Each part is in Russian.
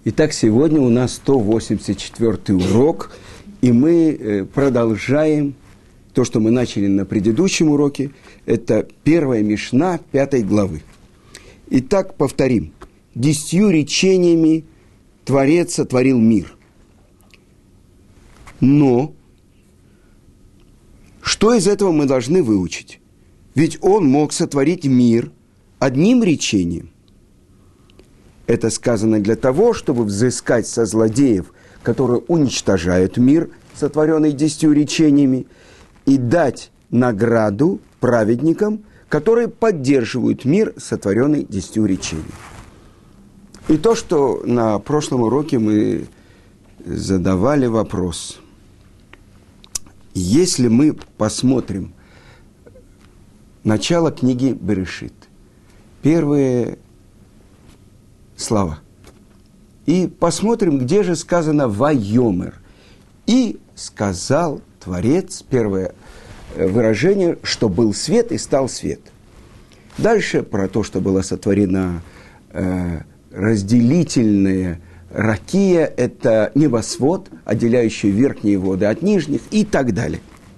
Итак, сегодня у нас 184-й урок, и мы продолжаем то, что мы начали на предыдущем уроке. Это первая мишна 5 главы. Итак, повторим. 10 речениями Творец сотворил мир. Но что из этого мы должны выучить? Ведь он мог сотворить мир одним речением. Это сказано для того, чтобы взыскать со злодеев, которые уничтожают мир, сотворенный 10 речениями, и дать награду праведникам, которые поддерживают мир, сотворенный 10 речениями. И то, что на прошлом уроке мы задавали вопрос. Если мы посмотрим начало книги Берешит, первые слова, и посмотрим, где же сказано «Вайомер». И сказал Творец, первое выражение, что был свет и стал свет. Дальше про то, что была сотворена разделительная ракия, это небосвод, отделяющий верхние воды от нижних и так далее.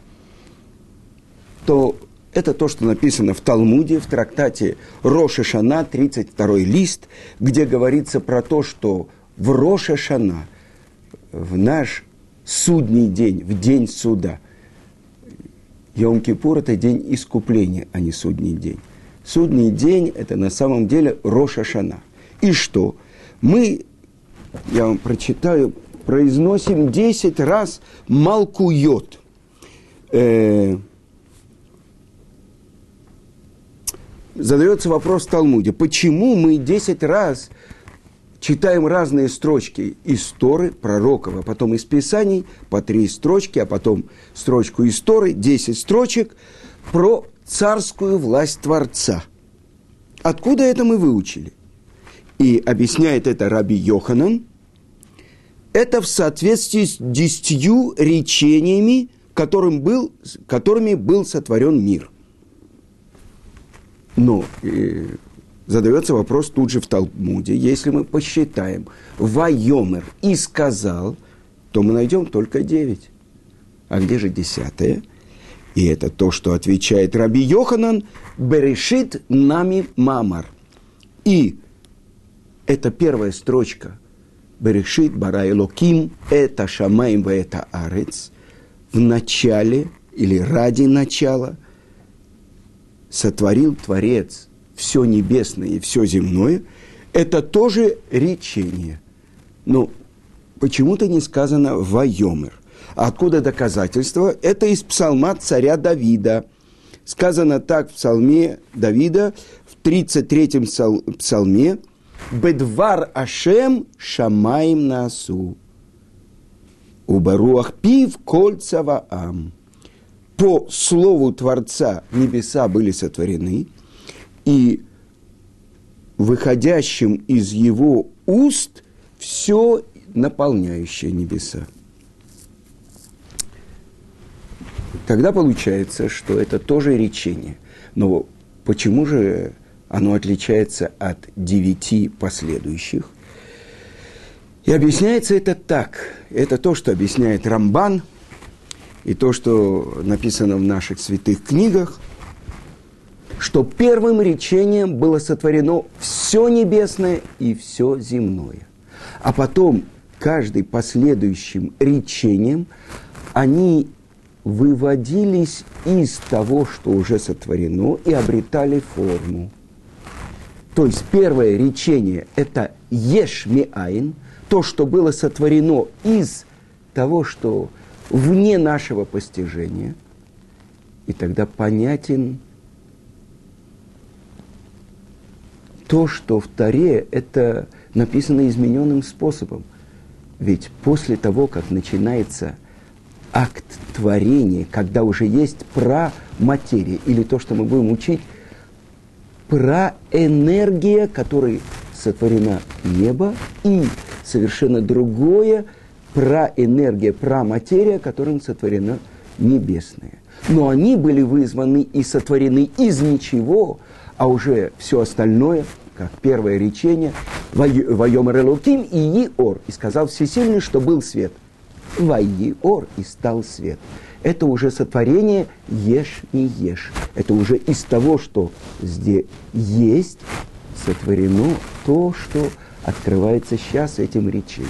То это то, что написано в Талмуде, в трактате Рош ха-Шана, 32-й лист, где говорится про то, что в Рош ха-Шана, в наш судний день, в день суда, Йом-Кипур – это день искупления, а не судний день. Судний день – это на самом деле Рош ха-Шана. И что? Мы, я вам прочитаю, произносим 10 раз Малкуйот. Задается вопрос в Талмуде, почему мы 10 раз читаем разные строчки из Торы, пророков, а потом из Писаний, по 3 строчки, а потом строчку из Торы, 10 строчек про царскую власть Творца. Откуда это мы выучили? И объясняет это Раби Йоханан. Это в соответствии с 10 речениями, которыми был сотворен мир. Но задается вопрос тут же в Талмуде. Если мы посчитаем «Вайомер» и «сказал», то мы найдем только 9. А где же 10-е? И это то, что отвечает Раби Йоханан «Берешит нами мамар». И это первая строчка «Берешит бара Элоким это шамаим ва это арец». В начале или ради начала сотворил Творец все небесное и все земное, это тоже речение. Но почему-то не сказано «Вайомер». А откуда доказательство? Это из псалма царя Давида. Сказано так в псалме Давида, в 33-м псалме «Бедвар Ашем шамаим насу, убаруах пив кольца ваам». По слову Творца небеса были сотворены, и выходящим из его уст все наполняющее небеса. Тогда получается, что это тоже речение. Но почему же оно отличается от 9 последующих? И объясняется это так. Это то, что объясняет Рамбан, и то, что написано в наших святых книгах, что первым речением было сотворено все небесное и все земное. А потом каждым последующим речением они выводились из того, что уже сотворено, и обретали форму. То есть первое речение – это еш миайн, то, что было сотворено из того, что вне нашего постижения, и тогда понятен то, что в Торе это написано измененным способом. Ведь после того, как начинается акт творения, когда уже есть праматерия, или то, что мы будем учить, праэнергия, которой сотворено небо, и совершенно другое праэнергия, праматерия, которым сотворено небесное. Но они были вызваны и сотворены из ничего, а уже все остальное, как первое речение, Вайомер Элоким и Иор. И сказал Всесильный, что был свет. Вайиор, и стал свет. Это уже сотворение ешь не ешь. Это уже из того, что здесь есть, сотворено то, что открывается сейчас этим речением.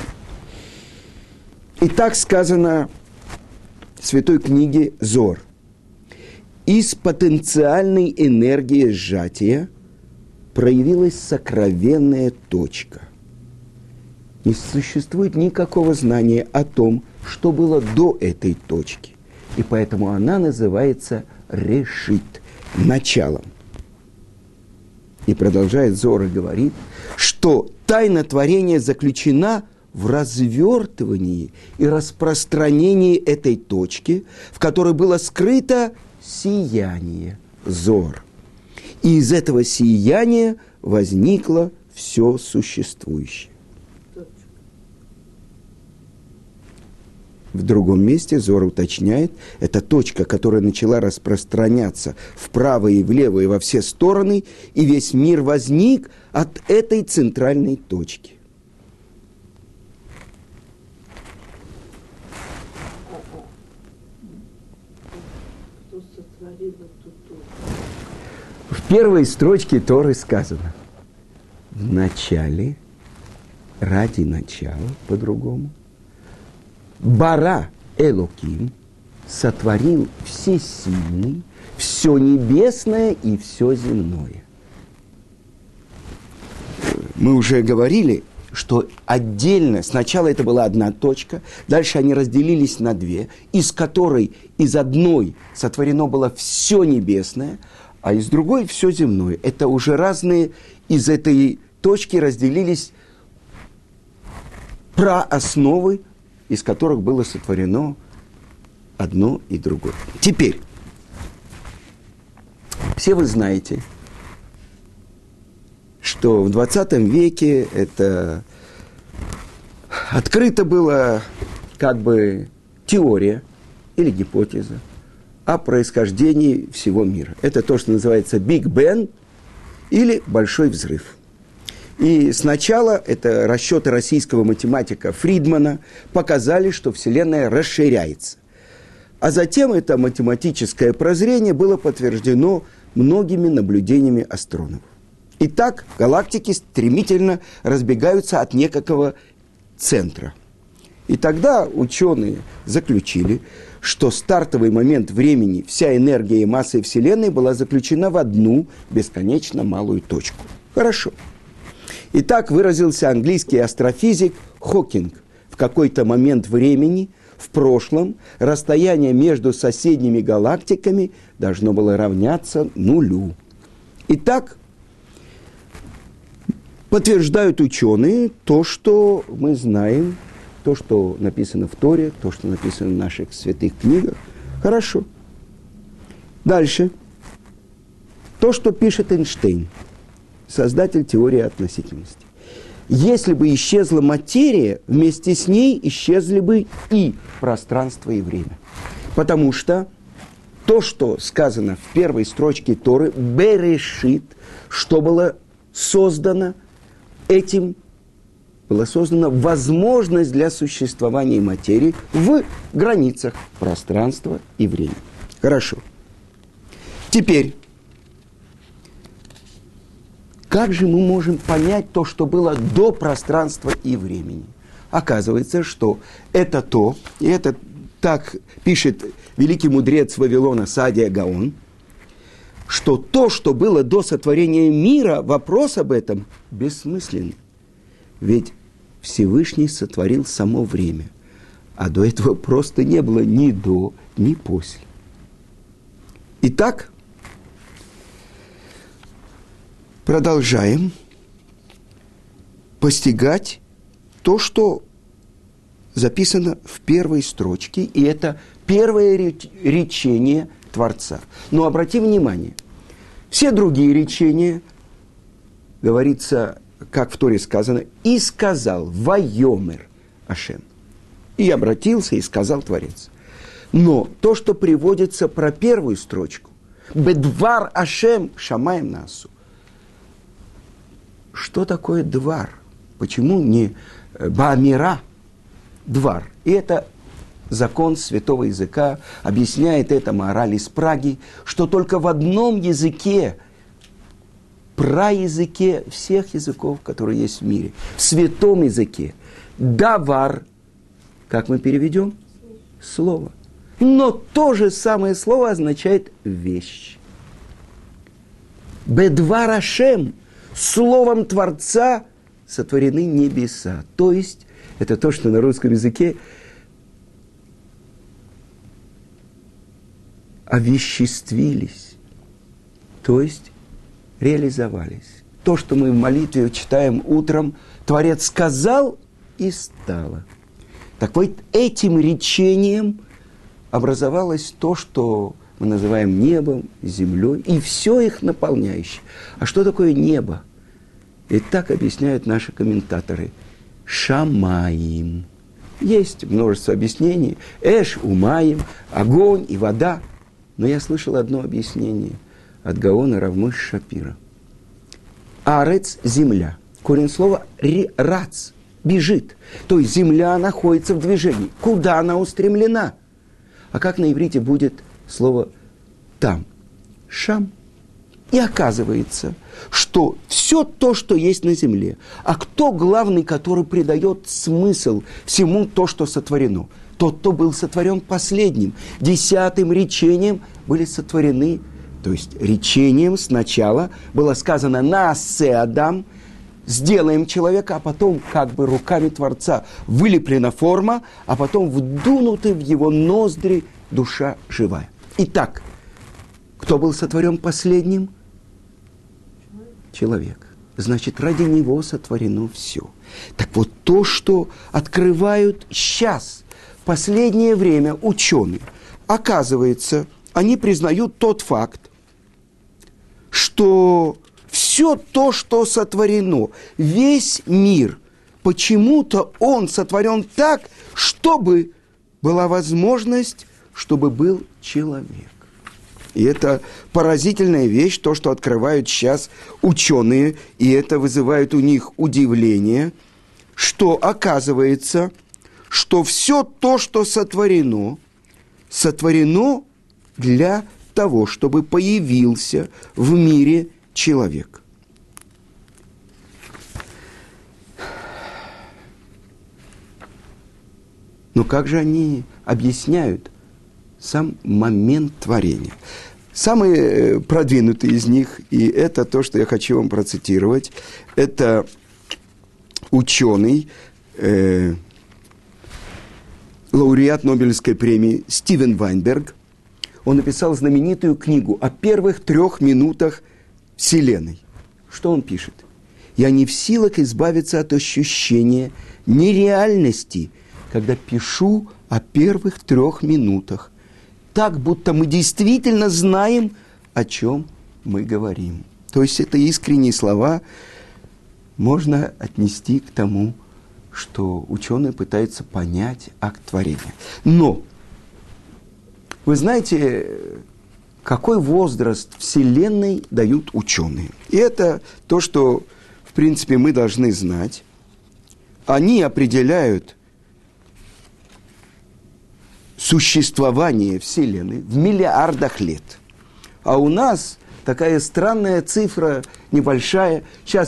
И так сказано в Святой книге Зор. Из потенциальной энергии сжатия проявилась сокровенная точка. Не существует никакого знания о том, что было до этой точки. И поэтому она называется решит, началом. И продолжает Зор и говорит, что тайна творения заключена в развертывании и распространении этой точки, в которой было скрыто сияние, Зор. И из этого сияния возникло все существующее. В другом месте Зор уточняет, это точка, которая начала распространяться вправо и влево и во все стороны, и весь мир возник от этой центральной точки. В первой строчке Торы сказано: в начале, ради начала, по-другому, Бара Элоким сотворил всесильный, все небесное и все земное. Мы уже говорили, что отдельно, сначала это была одна точка, дальше они разделились на две, из которой из одной сотворено было все небесное, а из другой все земное. Это уже разные из этой точки разделились проосновы, из которых было сотворено одно и другое. Теперь, все вы знаете, что в 20 веке это открыто было как бы теория или гипотеза о происхождении всего мира. Это то, что называется Big Bang или Большой взрыв. И сначала это расчеты российского математика Фридмана показали, что Вселенная расширяется. А затем это математическое прозрение было подтверждено многими наблюдениями астрономов. Итак, галактики стремительно разбегаются от некого центра. И тогда ученые заключили, что стартовый момент времени, вся энергия и масса Вселенной была заключена в одну бесконечно малую точку. Хорошо. И так выразился английский астрофизик Хокинг. В какой-то момент времени, в прошлом, расстояние между соседними галактиками должно было равняться нулю. Итак, подтверждают ученые то, что мы знаем, то, что написано в Торе, то, что написано в наших святых книгах. Хорошо. Дальше. То, что пишет Эйнштейн, создатель теории относительности. Если бы исчезла материя, вместе с ней исчезли бы и пространство, и время. Потому что то, что сказано в первой строчке Торы, «Берешит», что было создано, этим была создана возможность для существования материи в границах пространства и времени. Хорошо. Теперь, как же мы можем понять то, что было до пространства и времени? Оказывается, что это то, и это так пишет великий мудрец Вавилона Саадия Гаон, что то, что было до сотворения мира, вопрос об этом бессмысленный. Ведь Всевышний сотворил само время, а до этого просто не было ни до, ни после. Итак, продолжаем постигать то, что записано в первой строчке, и это первое речение Творца. Но обратим внимание, все другие речения, говорится, как в Торе сказано, «И сказал, вайомер Ашем». И обратился, и сказал Творец. Но то, что приводится про первую строчку, «Бедвар Ашем шамаем насу». Что такое двар? Почему не баамира, двор? И это закон святого языка, объясняет это Маораль из Праги, что только в одном языке, праязыке всех языков, которые есть в мире, в святом языке, давар, как мы переведем? Слово. Но то же самое слово означает вещь. Бедвар Ашем, словом Творца сотворены небеса. То есть, это то, что на русском языке овеществились, то есть реализовались. То, что мы в молитве читаем утром, Творец сказал и стало. Так вот, этим речением образовалось то, что мы называем небом, землей, и все их наполняющее. А что такое небо? И так объясняют наши комментаторы. Шамаим. Есть множество объяснений. Эш, умаим, огонь и вода. Но я слышал одно объяснение от Гаона Рав Мойше Шапира. Арец – земля. Корень слова рац – бежит. То есть земля находится в движении. Куда она устремлена? А как на иврите будет слово там? Шам. И оказывается, что все то, что есть на земле, а кто главный, который придает смысл всему то, что сотворено? Тот, кто был сотворен последним, 10-м речением были сотворены, то есть речением сначала было сказано «Наасе Адам», сделаем человека, а потом как бы руками Творца вылеплена форма, а потом вдунуты в его ноздри душа живая. Итак, кто был сотворен последним? Человек. Значит, ради него сотворено все. Так вот, то, что открывают сейчас, в последнее время ученые, оказывается, они признают тот факт, что все то, что сотворено, весь мир, почему-то он сотворен так, чтобы была возможность, чтобы был человек. И это поразительная вещь, то, что открывают сейчас ученые, и это вызывает у них удивление, что оказывается, что все то, что сотворено, сотворено для того, чтобы появился в мире человек. Но как же они объясняют сам момент творения? Самый продвинутый из них, и это то, что я хочу вам процитировать, это ученый, лауреат Нобелевской премии Стивен Вайнберг. Он написал знаменитую книгу о первых 3 минутах Вселенной. Что он пишет? «Я не в силах избавиться от ощущения нереальности, когда пишу о первых 3 минутах. Так, будто мы действительно знаем, о чем мы говорим». То есть, это искренние слова можно отнести к тому, что ученые пытаются понять акт творения. Но, вы знаете, какой возраст Вселенной дают ученые? И это то, что, в принципе, мы должны знать. Они определяют существование Вселенной в миллиардах лет. А у нас такая странная цифра, небольшая, сейчас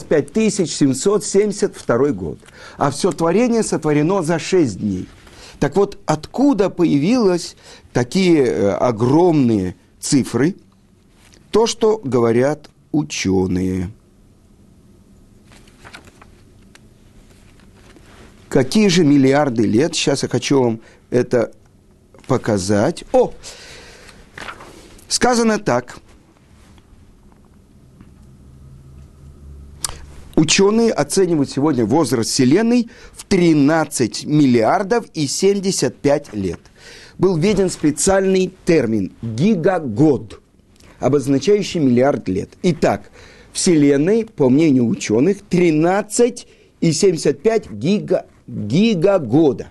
5772 год. А все творение сотворено за 6 дней. Так вот, откуда появились такие огромные цифры? То, что говорят ученые. Какие же миллиарды лет? Сейчас я хочу вам это показать. Сказано так. Ученые оценивают сегодня возраст Вселенной в 13 миллиардов и 75 лет. Был введен специальный термин «гигагод», обозначающий миллиард лет. Итак, Вселенной, по мнению ученых, 13,75 гигагода.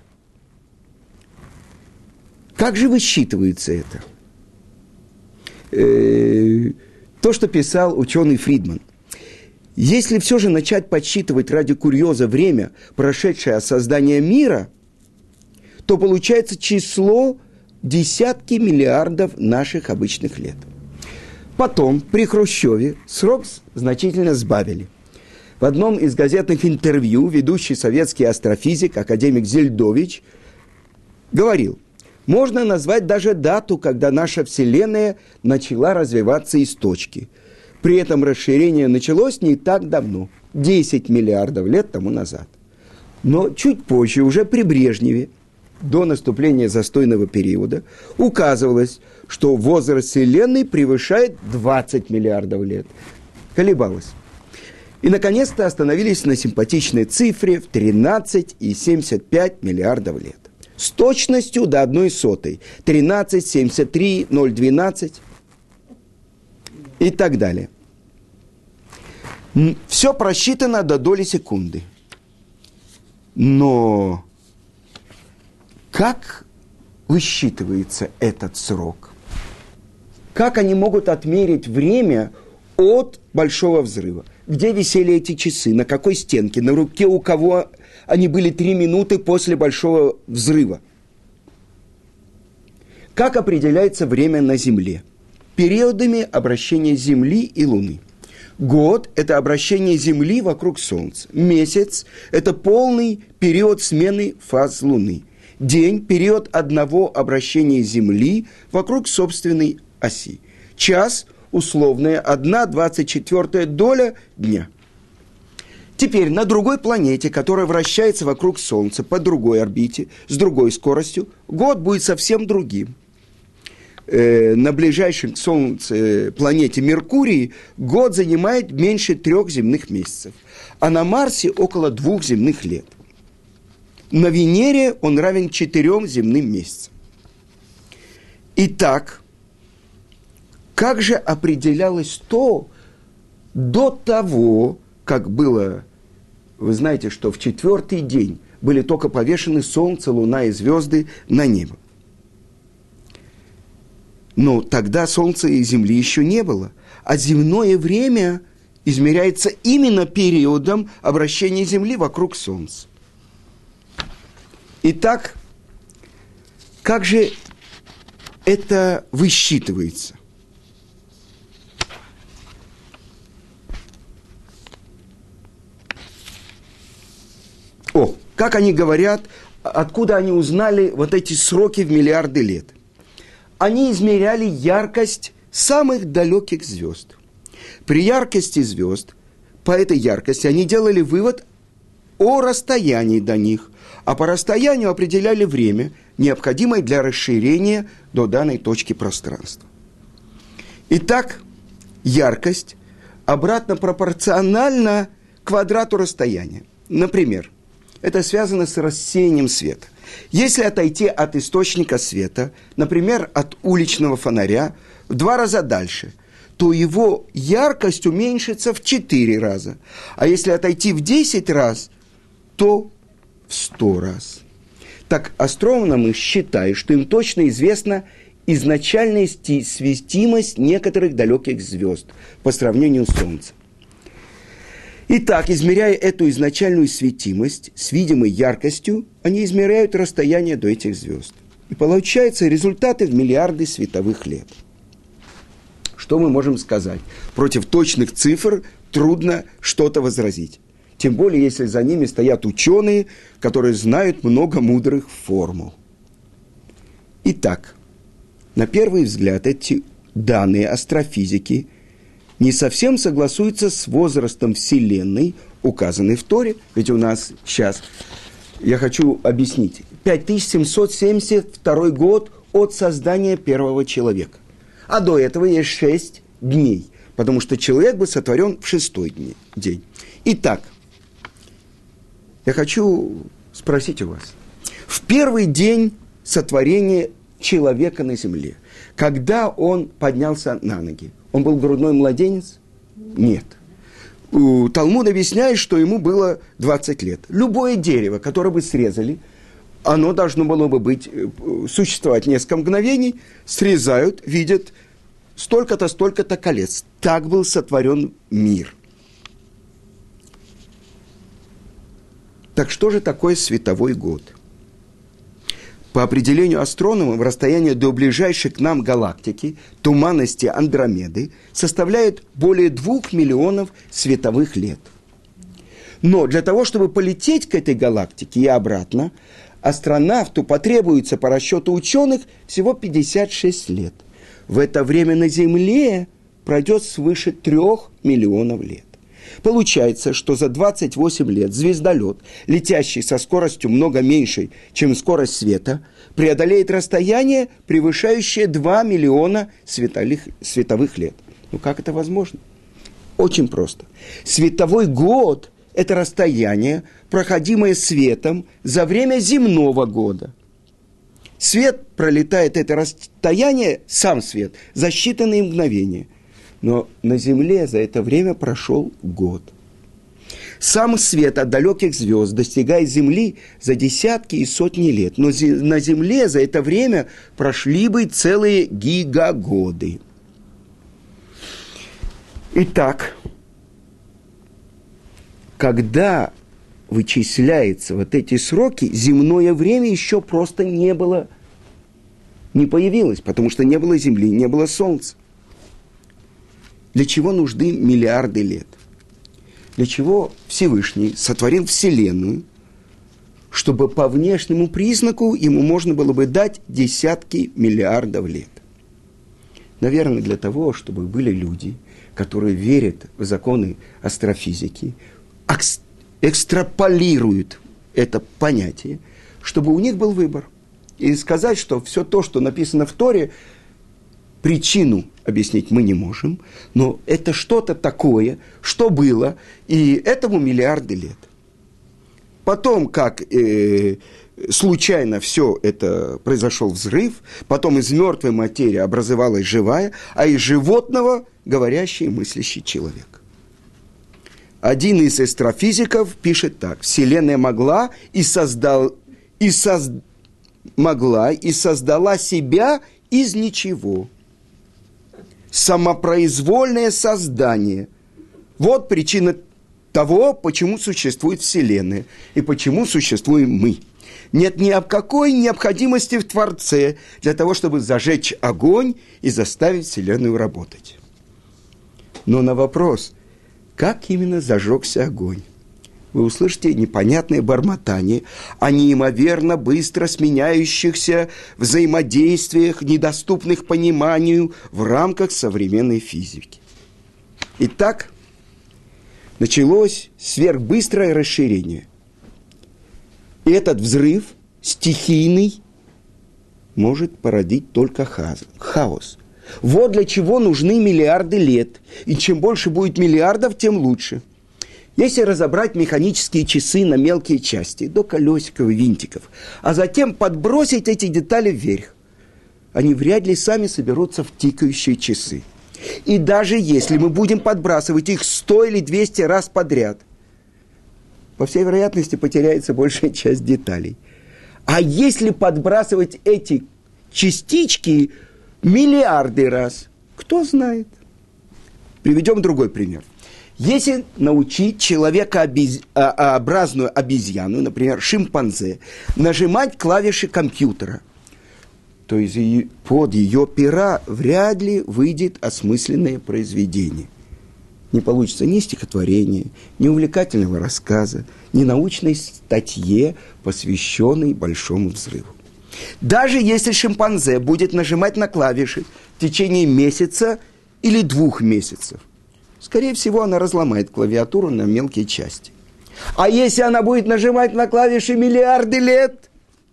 Как же высчитывается это? То, что писал ученый Фридман. Если все же начать подсчитывать ради курьеза время, прошедшее от создания мира, то получается число десятки миллиардов наших обычных лет. Потом, при Хрущеве, срок значительно сбавили. В одном из газетных интервью ведущий советский астрофизик, академик Зельдович, говорил, можно назвать даже дату, когда наша Вселенная начала развиваться из точки. При этом расширение началось не так давно, 10 миллиардов лет тому назад. Но чуть позже, уже при Брежневе, до наступления застойного периода, указывалось, что возраст Вселенной превышает 20 миллиардов лет. Колебалось. И, наконец-то, остановились на симпатичной цифре в 13,75 миллиардов лет. С точностью до 1/100, 13, 73, 0,12 и так далее. Все просчитано до доли секунды. Но как высчитывается этот срок? Как они могут отмерить время от Большого взрыва? Где висели эти часы? На какой стенке? На руке у кого они были 3 минуты после Большого взрыва? Как определяется время на Земле? Периодами обращения Земли и Луны. Год – это обращение Земли вокруг Солнца. Месяц – это полный период смены фаз Луны. День – период одного обращения Земли вокруг собственной оси. Час – условная 1/24 доля дня. Теперь на другой планете, которая вращается вокруг Солнца по другой орбите, с другой скоростью, год будет совсем другим. На ближайшей к Солнцу планете Меркурий год занимает меньше 3 земных месяцев, а на Марсе около 2 земных лет. На Венере он равен 4 земным месяцам. Итак, как же определялось то до того, как было, вы знаете, что в 4-й день были только повешены Солнце, Луна и звезды на небо. Но тогда Солнца и Земли еще не было, а земное время измеряется именно периодом обращения Земли вокруг Солнца. Итак, как же это высчитывается? Как они говорят, откуда они узнали вот эти сроки в миллиарды лет? Они измеряли яркость самых далеких звезд. При яркости звезд, по этой яркости, они делали вывод о расстоянии до них, а по расстоянию определяли время, необходимое для расширения до данной точки пространства. Итак, яркость обратно пропорциональна квадрату расстояния. Например, это связано с рассеянием света. Если отойти от источника света, например, от уличного фонаря, в 2 раза дальше, то его яркость уменьшится в 4 раза. А если отойти в 10 раз, то в 100 раз. Так астрономы считают, что им точно известна изначальная светимость некоторых далеких звезд по сравнению с Солнцем. Итак, измеряя эту изначальную светимость с видимой яркостью, они измеряют расстояние до этих звезд. И получаются результаты в миллиарды световых лет. Что мы можем сказать? Против точных цифр трудно что-то возразить. Тем более, если за ними стоят ученые, которые знают много мудрых формул. Итак, на первый взгляд, эти данные астрофизики не совсем согласуются с возрастом Вселенной, указанной в Торе. Ведь у нас сейчас, я хочу объяснить, 5772 год от создания первого человека. А до этого есть 6 дней, потому что человек был сотворен в 6-й день. Итак, я хочу спросить у вас. В первый день сотворения человека на земле, когда он поднялся на ноги, он был грудной младенец? Нет. Талмуд объясняет, что ему было 20 лет. Любое дерево, которое бы срезали, оно должно было бы существовать несколько мгновений, срезают, видят столько-то, столько-то колец. Так был сотворен мир. Так что же такое световой год? По определению астрономов, расстояние до ближайшей к нам галактики, туманности Андромеды, составляет более 2 миллионов световых лет. Но для того, чтобы полететь к этой галактике и обратно, астронавту потребуется, по расчету ученых, всего 56 лет. В это время на Земле пройдет свыше 3 миллионов лет. Получается, что за 28 лет звездолет, летящий со скоростью много меньшей, чем скорость света, преодолеет расстояние, превышающее 2 миллиона световых лет. Ну как это возможно? Очень просто. Световой год – это расстояние, проходимое светом за время земного года. Свет пролетает это расстояние, сам свет, за считанные мгновения. Но на Земле за это время прошел год. Сам свет от далеких звезд достигает Земли за десятки и сотни лет. Но на Земле за это время прошли бы целые гигагоды. Итак, когда вычисляются вот эти сроки, земное время еще просто не появилось, потому что не было Земли, не было Солнца. Для чего нужны миллиарды лет? Для чего Всевышний сотворил Вселенную, чтобы по внешнему признаку ему можно было бы дать десятки миллиардов лет? Наверное, для того, чтобы были люди, которые верят в законы астрофизики, экстраполируют это понятие, чтобы у них был выбор. И сказать, что все то, что написано в Торе, причину объяснить мы не можем, но это что-то такое, что было, и этому миллиарды лет. Потом, как случайно все это произошел взрыв, потом из мертвой материи образовалась живая, а из животного говорящий и мыслящий человек. Один из астрофизиков пишет так: Вселенная могла и создала себя из ничего. Самопроизвольное создание. Вот причина того, почему существует Вселенная и почему существуем мы. Нет ни об какой необходимости в Творце для того, чтобы зажечь огонь и заставить Вселенную работать. Но на вопрос, как именно зажегся огонь, вы услышите непонятное бормотание о неимоверно быстро сменяющихся взаимодействиях, недоступных пониманию в рамках современной физики. Итак, началось сверхбыстрое расширение. И этот взрыв стихийный может породить только хаос. Вот для чего нужны миллиарды лет. И чем больше будет миллиардов, тем лучше. Если разобрать механические часы на мелкие части, до колесиков и винтиков, а затем подбросить эти детали вверх, они вряд ли сами соберутся в тикающие часы. И даже если мы будем подбрасывать их 100 или 200 раз подряд, по всей вероятности потеряется большая часть деталей. А если подбрасывать эти частички миллиарды раз, кто знает? Приведем другой пример. Если научить человекообразную обезьяну, например, шимпанзе, нажимать клавиши компьютера, то из-под ее пера вряд ли выйдет осмысленное произведение. Не получится ни стихотворения, ни увлекательного рассказа, ни научной статье, посвященной Большому взрыву. Даже если шимпанзе будет нажимать на клавиши в течение месяца или 2 месяцев, скорее всего, она разломает клавиатуру на мелкие части. А если она будет нажимать на клавиши миллиарды лет?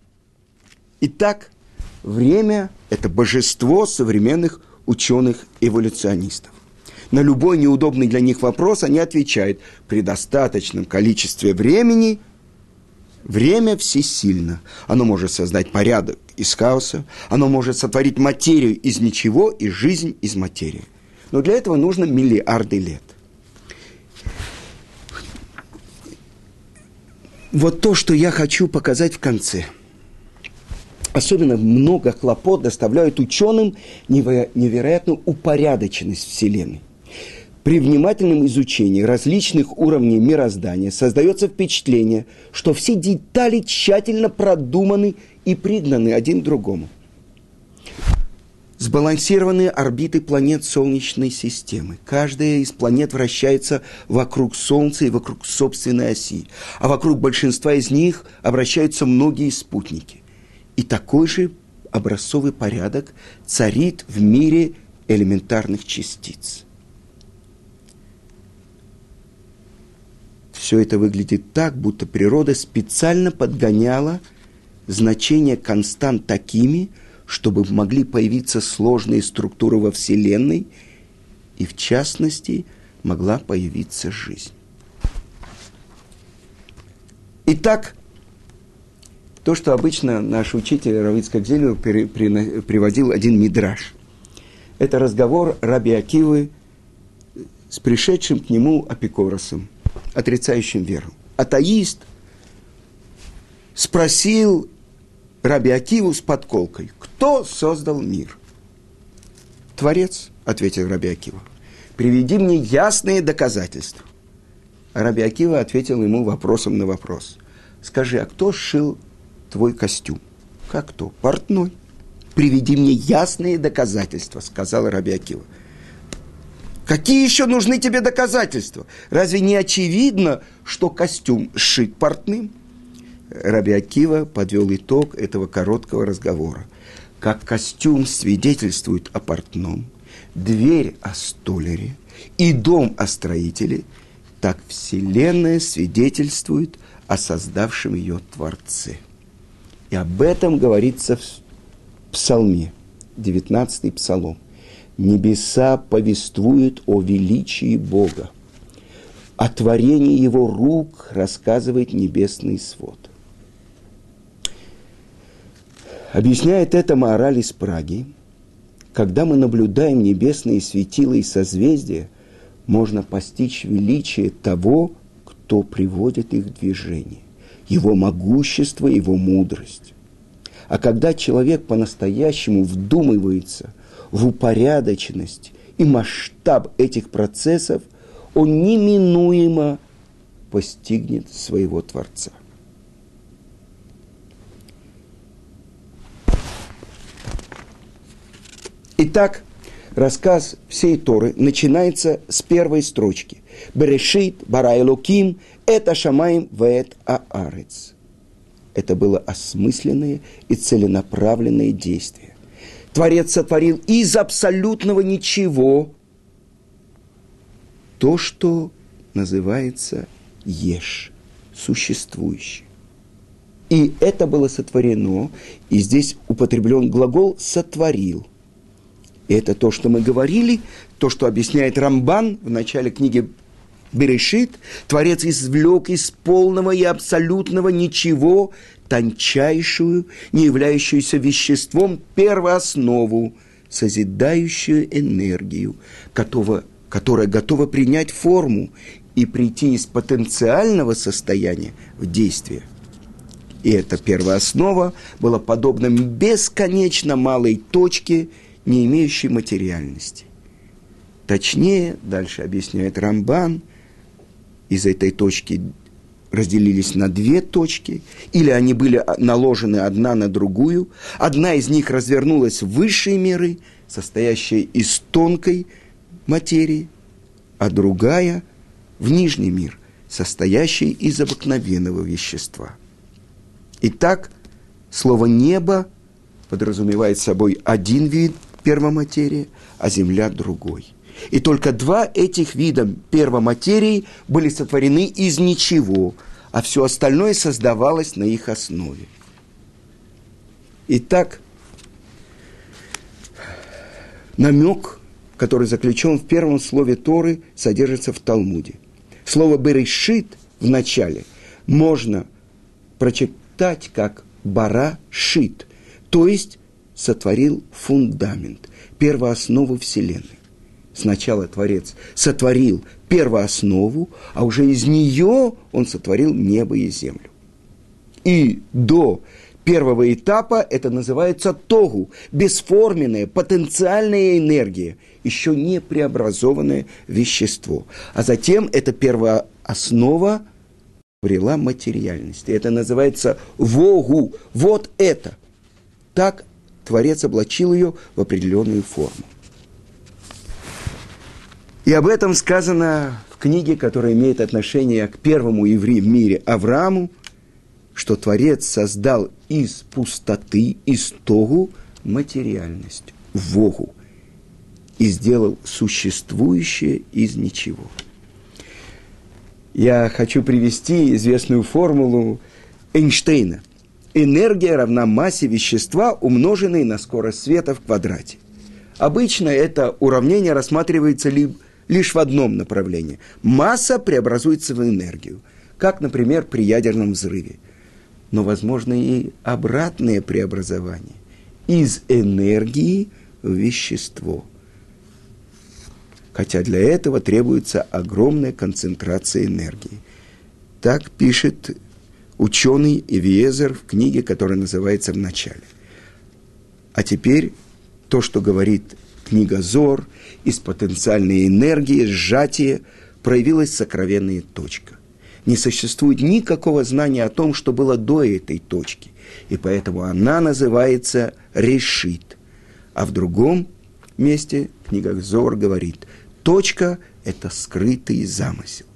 Итак, время – это божество современных ученых-эволюционистов. На любой неудобный для них вопрос они отвечают: при достаточном количестве времени время всесильно. Оно может создать порядок из хаоса, оно может сотворить материю из ничего и жизнь из материи. Но для этого нужно миллиарды лет. Вот то, что я хочу показать в конце. Особенно много хлопот доставляют ученым невероятную упорядоченность Вселенной. При внимательном изучении различных уровней мироздания создается впечатление, что все детали тщательно продуманы и пригнаны один к другому. Сбалансированные орбиты планет Солнечной системы. Каждая из планет вращается вокруг Солнца и вокруг собственной оси, а вокруг большинства из них обращаются многие спутники. И такой же образцовый порядок царит в мире элементарных частиц. Все это выглядит так, будто природа специально подгоняла значения констант такими, чтобы могли появиться сложные структуры во Вселенной, и в частности могла появиться жизнь. Итак, то, что обычно наш учитель Рав Ицхак Зильбер приводил один мидраш. Это разговор Раби Акивы с пришедшим к нему апикоросом, отрицающим веру. Атеист спросил Раби Акиву с подколкой: кто создал мир? Творец, ответил Раби Акива. Приведи мне ясные доказательства. А Раби Акива ответил ему вопросом на вопрос. Скажи, а кто сшил твой костюм? Как кто? Портной. Приведи мне ясные доказательства, сказал Раби Акива. Какие еще нужны тебе доказательства? Разве не очевидно, что костюм сшит портным? Раби Акива подвел итог этого короткого разговора. Как костюм свидетельствует о портном, дверь о столяре и дом о строителе, так Вселенная свидетельствует о создавшем ее Творце. И об этом говорится в Псалме, 19-й Псалом. Небеса повествуют о величии Бога. О творении Его рук рассказывает небесный свод. Объясняет это Маораль из Праги. Когда мы наблюдаем небесные светила и созвездия, можно постичь величие того, кто приводит их в движение, его могущество, его мудрость. А когда человек по-настоящему вдумывается в упорядоченность и масштаб этих процессов, он неминуемо постигнет своего Творца. Итак, рассказ всей Торы начинается с первой строчки. «Берешит бара Элоким эт ашамаим веэт аарец». Это было осмысленное и целенаправленное действие. Творец сотворил из абсолютного ничего то, что называется еш, существующее. И это было сотворено, и здесь употреблен глагол «сотворил». И это то, что мы говорили, то, что объясняет Рамбан в начале книги Берешит. Творец извлек из полного и абсолютного ничего тончайшую, не являющуюся веществом, первооснову, созидающую энергию, которая готова принять форму и прийти из потенциального состояния в действие. И эта первооснова была подобна бесконечно малой точке, не имеющей материальности. Точнее, дальше объясняет Рамбан, из этой точки разделились на две точки, или они были наложены одна на другую. Одна из них развернулась в высшие миры, состоящие из тонкой материи, а другая в нижний мир, состоящий из обыкновенного вещества. Итак, слово «небо» подразумевает собой один вид первоматерии, а земля – другой. И только два этих вида первоматерии были сотворены из ничего, а все остальное создавалось на их основе. Итак, намек, который заключен в первом слове Торы, содержится в Талмуде. Слово «берешит» в начале можно прочитать как «бара-шит», то есть сотворил фундамент, первооснову Вселенной. Сначала Творец сотворил первооснову, а уже из нее он сотворил небо и землю. И до первого этапа это называется тогу, бесформенная потенциальная энергия, еще не преобразованное вещество. А затем эта первооснова обрела материальность. И это называется вогу. Вот это. Так Творец облачил ее в определенную форму. И об этом сказано в книге, которая имеет отношение к первому еврею в мире Аврааму, что Творец создал из пустоты, из тогу, материальность, вогу, и сделал существующее из ничего. Я хочу привести известную формулу Эйнштейна. Энергия равна массе вещества, умноженной на скорость света в квадрате. Обычно это уравнение рассматривается лишь в одном направлении. Масса преобразуется в энергию, как, например, при ядерном взрыве. Но возможно и обратное преобразование. Из энергии в вещество. Хотя для этого требуется огромная концентрация энергии. Так пишет ученый Эвиезер в книге, которая называется «В начале». А теперь то, что говорит книга Зор, из потенциальной энергии, сжатия, проявилась сокровенная точка. Не существует никакого знания о том, что было до этой точки, и поэтому она называется решит. А в другом месте книга Зор говорит, точка – это скрытый замысел.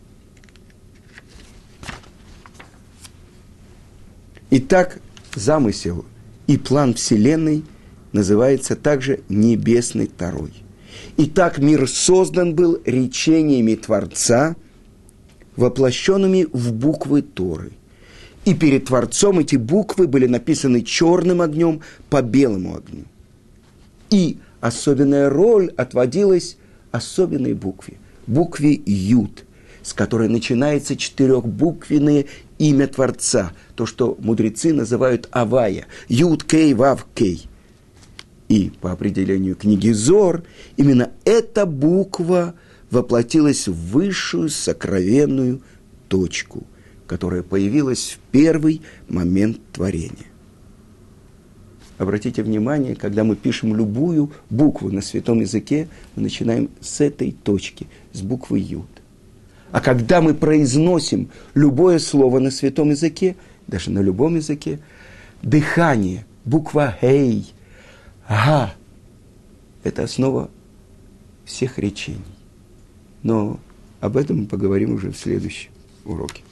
Итак, замысел и план Вселенной называется также небесной Торой. Итак, мир создан был речениями Творца, воплощенными в буквы Торы. И перед Творцом эти буквы были написаны черным огнем по белому огню. И особенная роль отводилась особенной букве Юд, с которой начинается четырехбуквенное имя Творца, то, что мудрецы называют Авая, Юд, Кей, Вав, Кей. И по определению книги Зор, именно эта буква воплотилась в высшую сокровенную точку, которая появилась в первый момент творения. Обратите внимание, когда мы пишем любую букву на святом языке, мы начинаем с этой точки, с буквы Юд. А когда мы произносим любое слово на святом языке, даже на любом языке, дыхание, буква Хей, Га – это основа всех речений. Но об этом мы поговорим уже в следующем уроке.